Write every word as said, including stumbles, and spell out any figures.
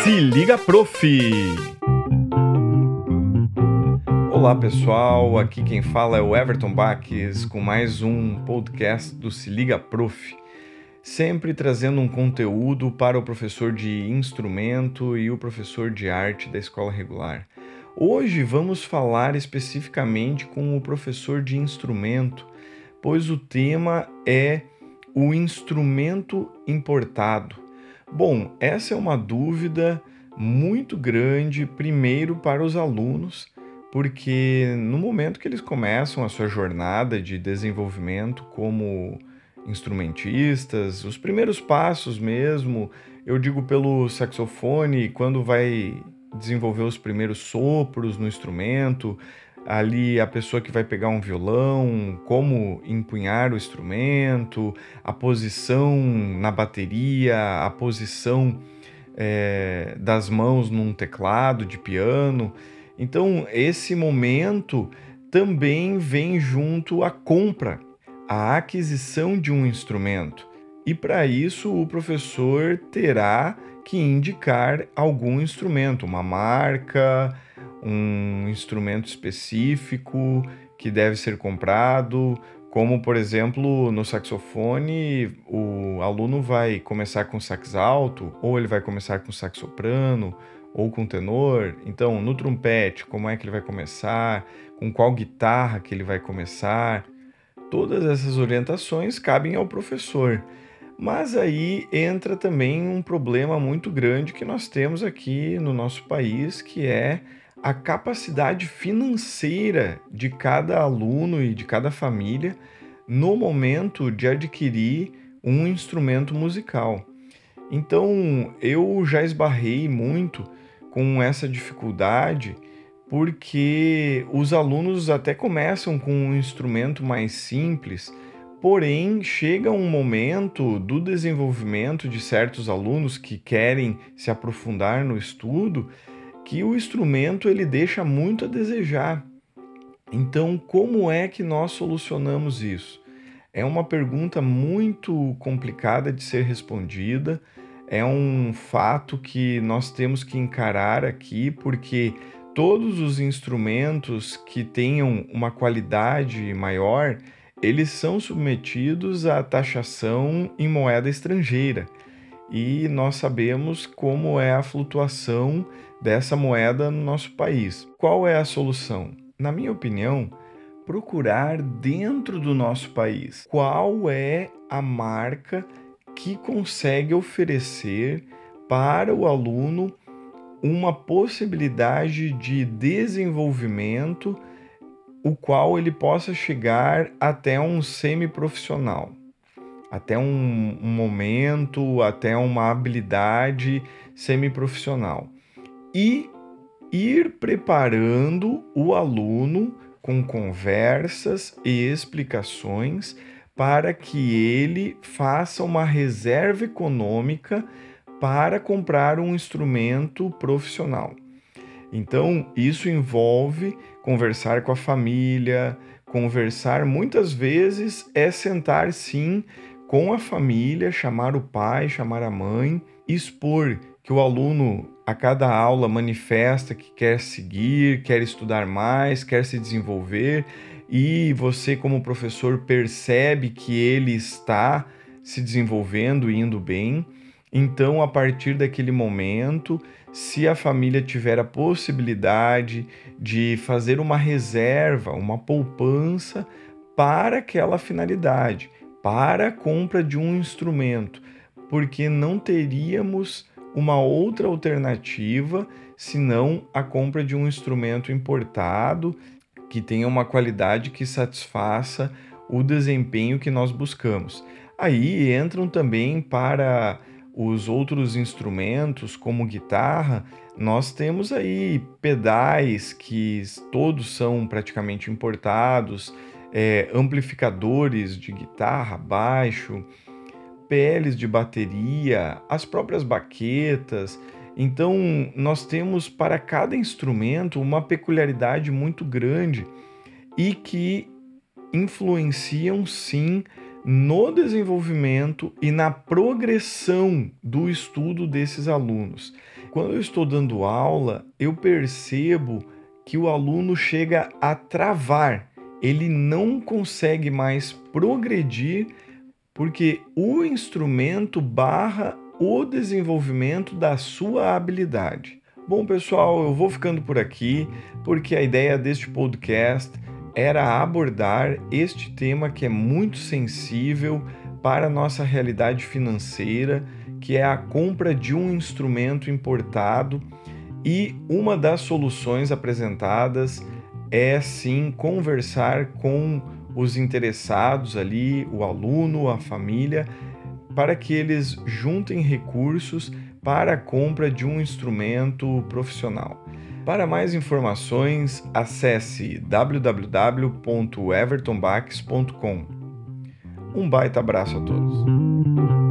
Se liga, prof! Olá pessoal, aqui quem fala é o Everton Baques com mais um podcast do Se Liga, prof! Sempre trazendo um conteúdo para o professor de instrumento e o professor de arte da escola regular. Hoje vamos falar especificamente com o professor de instrumento, pois o tema é o instrumento importado. Bom, essa é uma dúvida muito grande, primeiro para os alunos, porque no momento que eles começam a sua jornada de desenvolvimento como instrumentistas, os primeiros passos mesmo, eu digo pelo saxofone, quando vai desenvolver os primeiros sopros no instrumento, ali a pessoa que vai pegar um violão, como empunhar o instrumento, a posição na bateria, a posição é, das mãos num teclado de piano. Então, esse momento também vem junto à compra, à aquisição de um instrumento. E para isso, o professor terá que indicar algum instrumento, uma marca, um instrumento específico que deve ser comprado, como por exemplo no saxofone o aluno vai começar com sax alto, ou ele vai começar com sax soprano, ou com tenor. Então no trompete, como é que ele vai começar, com qual guitarra que ele vai começar, todas essas orientações cabem ao professor. Mas aí entra também um problema muito grande que nós temos aqui no nosso país, que é a capacidade financeira de cada aluno e de cada família no momento de adquirir um instrumento musical. Então, eu já esbarrei muito com essa dificuldade, porque os alunos até começam com um instrumento mais simples, porém chega um momento do desenvolvimento de certos alunos que querem se aprofundar no estudo, que o instrumento ele deixa muito a desejar. Então, como é que nós solucionamos isso? É uma pergunta muito complicada de ser respondida, é um fato que nós temos que encarar aqui, porque todos os instrumentos que tenham uma qualidade maior, eles são submetidos à taxação em moeda estrangeira. E nós sabemos como é a flutuação dessa moeda no nosso país. Qual é a solução? Na minha opinião, procurar dentro do nosso país qual é a marca que consegue oferecer para o aluno uma possibilidade de desenvolvimento, o qual ele possa chegar até um semiprofissional, até um, um momento, até uma habilidade semiprofissional. E ir preparando o aluno com conversas e explicações para que ele faça uma reserva econômica para comprar um instrumento profissional. Então, isso envolve conversar com a família, conversar muitas vezes é sentar sim com a família, chamar o pai, chamar a mãe, expor que o aluno a cada aula manifesta que quer seguir, quer estudar mais, quer se desenvolver, e você como professor percebe que ele está se desenvolvendo e indo bem. Então, a partir daquele momento, se a família tiver a possibilidade de fazer uma reserva, uma poupança para aquela finalidade, para a compra de um instrumento, porque não teríamos uma outra alternativa senão a compra de um instrumento importado que tenha uma qualidade que satisfaça o desempenho que nós buscamos. Aí entram também para os outros instrumentos, como guitarra, nós temos aí pedais que todos são praticamente importados, é, amplificadores de guitarra, baixo, peles de bateria, as próprias baquetas. Então, nós temos para cada instrumento uma peculiaridade muito grande e que influenciam sim no desenvolvimento e na progressão do estudo desses alunos. quando eu estou dando aula, eu percebo que o aluno chega a travar, ele não consegue mais progredir porque o instrumento barra o desenvolvimento da sua habilidade. Bom, pessoal, eu vou ficando por aqui porque a ideia deste podcast era abordar este tema que é muito sensível para a nossa realidade financeira, que é a compra de um instrumento importado, e uma das soluções apresentadas é sim conversar com os interessados ali, o aluno, a família, para que eles juntem recursos para a compra de um instrumento profissional. Para mais informações, acesse w w w ponto everton baques ponto com. Um baita abraço a todos.